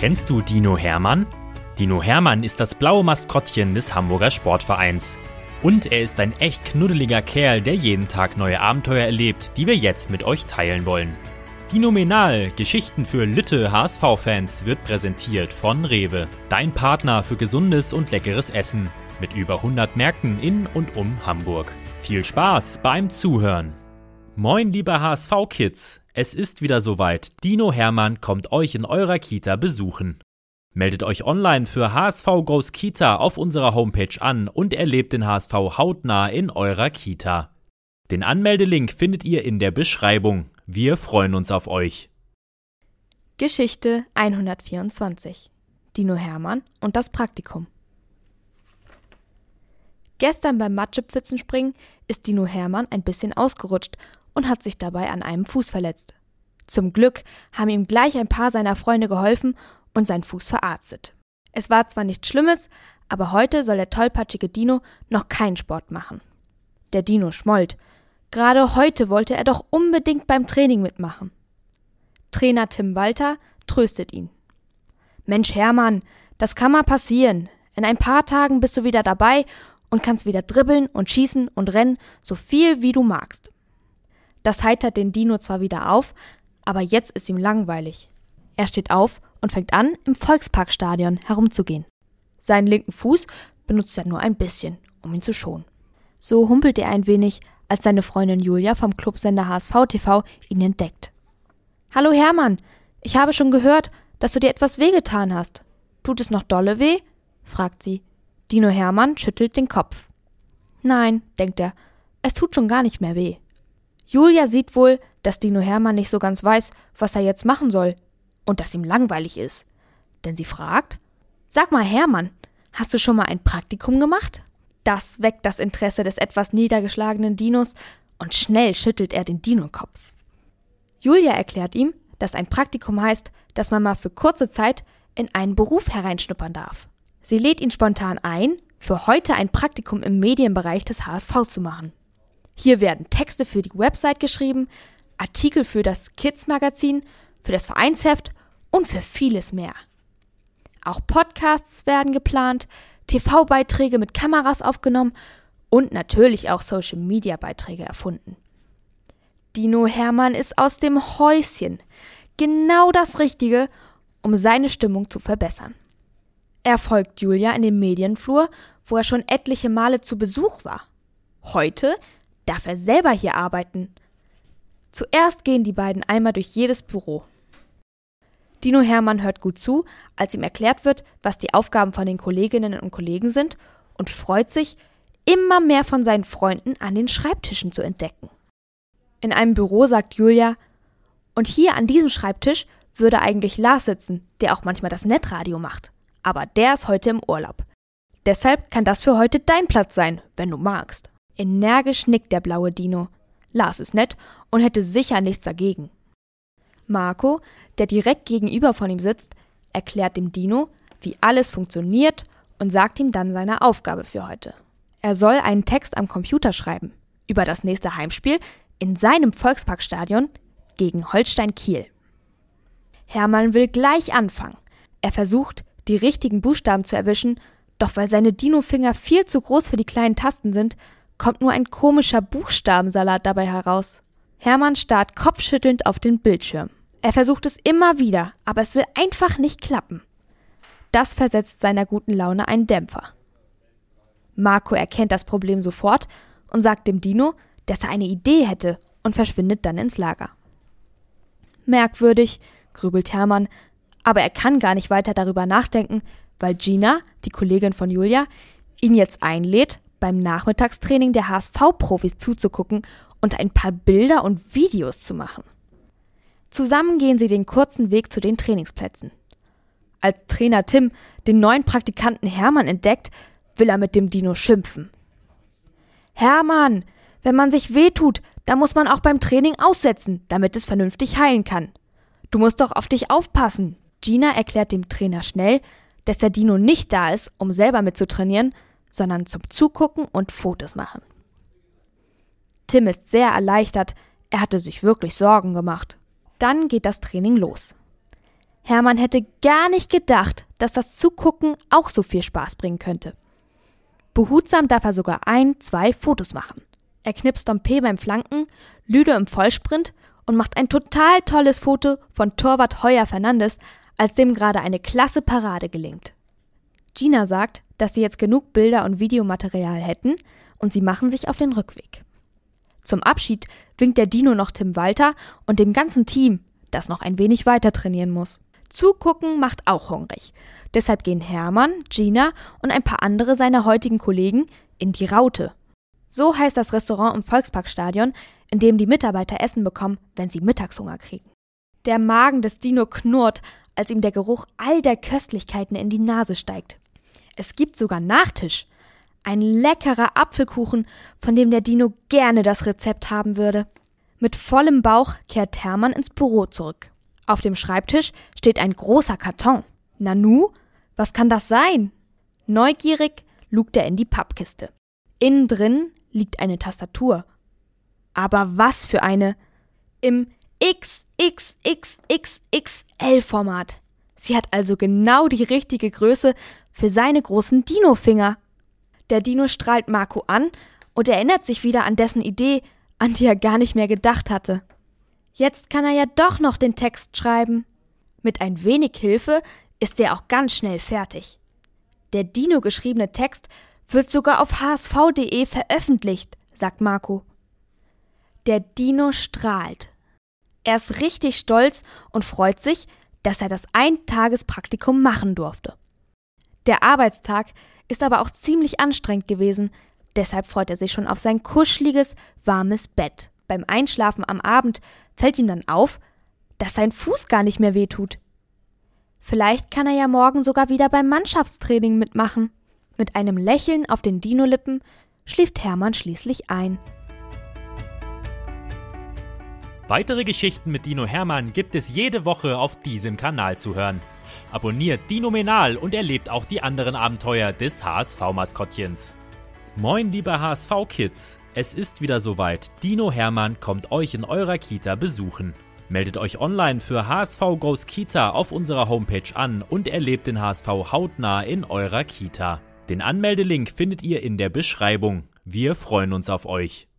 Kennst du Dino Hermann? Dino Hermann ist das blaue Maskottchen des Hamburger Sportvereins. Und er ist ein echt knuddeliger Kerl, der jeden Tag neue Abenteuer erlebt, die wir jetzt mit euch teilen wollen. Dinomenal, Geschichten für Lütte HSV-Fans, wird präsentiert von Rewe, dein Partner für gesundes und leckeres Essen, mit über 100 Märkten in und um Hamburg. Viel Spaß beim Zuhören! Moin liebe HSV-Kids, es ist wieder soweit, Dino Hermann kommt euch in eurer Kita besuchen. Meldet euch online für HSV Goes Kita auf unserer Homepage an und erlebt den HSV hautnah in eurer Kita. Den Anmeldelink findet ihr in der Beschreibung. Wir freuen uns auf euch. Geschichte 124. Dino Hermann und das Praktikum. Gestern beim Matschepfützenspringen ist Dino Hermann ein bisschen ausgerutscht und hat sich dabei an einem Fuß verletzt. Zum Glück haben ihm gleich ein paar seiner Freunde geholfen und seinen Fuß verarztet. Es war zwar nichts Schlimmes, aber heute soll der tollpatschige Dino noch keinen Sport machen. Der Dino schmollt. Gerade heute wollte er doch unbedingt beim Training mitmachen. Trainer Tim Walter tröstet ihn. Mensch Hermann, das kann mal passieren. In ein paar Tagen bist du wieder dabei und kannst wieder dribbeln und schießen und rennen, so viel wie du magst. Das heitert den Dino zwar wieder auf, aber jetzt ist ihm langweilig. Er steht auf und fängt an, im Volksparkstadion herumzugehen. Seinen linken Fuß benutzt er nur ein bisschen, um ihn zu schonen. So humpelt er ein wenig, als seine Freundin Julia vom Clubsender HSV TV ihn entdeckt. »Hallo Hermann, ich habe schon gehört, dass du dir etwas wehgetan hast. Tut es noch dolle weh?« fragt sie. Dino Hermann schüttelt den Kopf. »Nein«, denkt er, »es tut schon gar nicht mehr weh.« Julia sieht wohl, dass Dino Hermann nicht so ganz weiß, was er jetzt machen soll und dass ihm langweilig ist. Denn sie fragt, »Sag mal Hermann, hast du schon mal ein Praktikum gemacht?« Das weckt das Interesse des etwas niedergeschlagenen Dinos und schnell schüttelt er den Dino-Kopf. Julia erklärt ihm, dass ein Praktikum heißt, dass man mal für kurze Zeit in einen Beruf hereinschnuppern darf. Sie lädt ihn spontan ein, für heute ein Praktikum im Medienbereich des HSV zu machen. Hier werden Texte für die Website geschrieben, Artikel für das Kids-Magazin, für das Vereinsheft und für vieles mehr. Auch Podcasts werden geplant, TV-Beiträge mit Kameras aufgenommen und natürlich auch Social-Media-Beiträge erfunden. Dino Hermann ist aus dem Häuschen. Genau das Richtige, um seine Stimmung zu verbessern. Er folgt Julia in den Medienflur, wo er schon etliche Male zu Besuch war. Heute darf er selber hier arbeiten. Zuerst gehen die beiden einmal durch jedes Büro. Dino Hermann hört gut zu, als ihm erklärt wird, was die Aufgaben von den Kolleginnen und Kollegen sind und freut sich, immer mehr von seinen Freunden an den Schreibtischen zu entdecken. In einem Büro sagt Julia, und hier an diesem Schreibtisch würde eigentlich Lars sitzen, der auch manchmal das Netradio macht. Aber der ist heute im Urlaub. Deshalb kann das für heute dein Platz sein, wenn du magst. Energisch nickt der blaue Dino. Lars ist nett und hätte sicher nichts dagegen. Marco, der direkt gegenüber von ihm sitzt, erklärt dem Dino, wie alles funktioniert und sagt ihm dann seine Aufgabe für heute. Er soll einen Text am Computer schreiben über das nächste Heimspiel in seinem Volksparkstadion gegen Holstein Kiel. Hermann will gleich anfangen. Er versucht, die richtigen Buchstaben zu erwischen, doch weil seine Dino-Finger viel zu groß für die kleinen Tasten sind, kommt nur ein komischer Buchstabensalat dabei heraus. Hermann starrt kopfschüttelnd auf den Bildschirm. Er versucht es immer wieder, aber es will einfach nicht klappen. Das versetzt seiner guten Laune einen Dämpfer. Marco erkennt das Problem sofort und sagt dem Dino, dass er eine Idee hätte und verschwindet dann ins Lager. Merkwürdig, grübelt Hermann, aber er kann gar nicht weiter darüber nachdenken, weil Gina, die Kollegin von Julia, ihn jetzt einlädt, beim Nachmittagstraining der HSV-Profis zuzugucken und ein paar Bilder und Videos zu machen. Zusammen gehen sie den kurzen Weg zu den Trainingsplätzen. Als Trainer Tim den neuen Praktikanten Hermann entdeckt, will er mit dem Dino schimpfen. »Hermann, wenn man sich wehtut, dann muss man auch beim Training aussetzen, damit es vernünftig heilen kann. Du musst doch auf dich aufpassen.« Gina erklärt dem Trainer schnell, dass der Dino nicht da ist, um selber mitzutrainieren, sondern zum Zugucken und Fotos machen. Tim ist sehr erleichtert, er hatte sich wirklich Sorgen gemacht. Dann geht das Training los. Hermann hätte gar nicht gedacht, dass das Zugucken auch so viel Spaß bringen könnte. Behutsam darf er sogar 2 Fotos machen. Er knipst Dompe beim Flanken, Lüde im Vollsprint und macht ein total tolles Foto von Torwart Heuer Fernandes, als dem gerade eine klasse Parade gelingt. Gina sagt, dass sie jetzt genug Bilder und Videomaterial hätten und sie machen sich auf den Rückweg. Zum Abschied winkt der Dino noch Tim Walter und dem ganzen Team, das noch ein wenig weiter trainieren muss. Zugucken macht auch hungrig. Deshalb gehen Hermann, Gina und ein paar andere seiner heutigen Kollegen in die Raute. So heißt das Restaurant im Volksparkstadion, in dem die Mitarbeiter Essen bekommen, wenn sie Mittagshunger kriegen. Der Magen des Dino knurrt, als ihm der Geruch all der Köstlichkeiten in die Nase steigt. Es gibt sogar Nachtisch. Ein leckerer Apfelkuchen, von dem der Dino gerne das Rezept haben würde. Mit vollem Bauch kehrt Hermann ins Büro zurück. Auf dem Schreibtisch steht ein großer Karton. Nanu, was kann das sein? Neugierig lugt er in die Pappkiste. Innen drin liegt eine Tastatur. Aber was für eine? Im XXXXXL-Format. Sie hat also genau die richtige Größe für seine großen Dino-Finger. Der Dino strahlt Marco an und erinnert sich wieder an dessen Idee, an die er gar nicht mehr gedacht hatte. Jetzt kann er ja doch noch den Text schreiben. Mit ein wenig Hilfe ist er auch ganz schnell fertig. Der Dino geschriebene Text wird sogar auf hsv.de veröffentlicht, sagt Marco. Der Dino strahlt. Er ist richtig stolz und freut sich, dass er das Eintagespraktikum machen durfte. Der Arbeitstag ist aber auch ziemlich anstrengend gewesen, deshalb freut er sich schon auf sein kuscheliges, warmes Bett. Beim Einschlafen am Abend fällt ihm dann auf, dass sein Fuß gar nicht mehr wehtut. Vielleicht kann er ja morgen sogar wieder beim Mannschaftstraining mitmachen. Mit einem Lächeln auf den Dino-Lippen schläft Hermann schließlich ein. Weitere Geschichten mit Dino Hermann gibt es jede Woche auf diesem Kanal zu hören. Abonniert Dinomenal und erlebt auch die anderen Abenteuer des HSV-Maskottchens. Moin liebe HSV-Kids, es ist wieder soweit. Dino Hermann kommt euch in eurer Kita besuchen. Meldet euch online für HSV Goes Kita auf unserer Homepage an und erlebt den HSV hautnah in eurer Kita. Den Anmeldelink findet ihr in der Beschreibung. Wir freuen uns auf euch.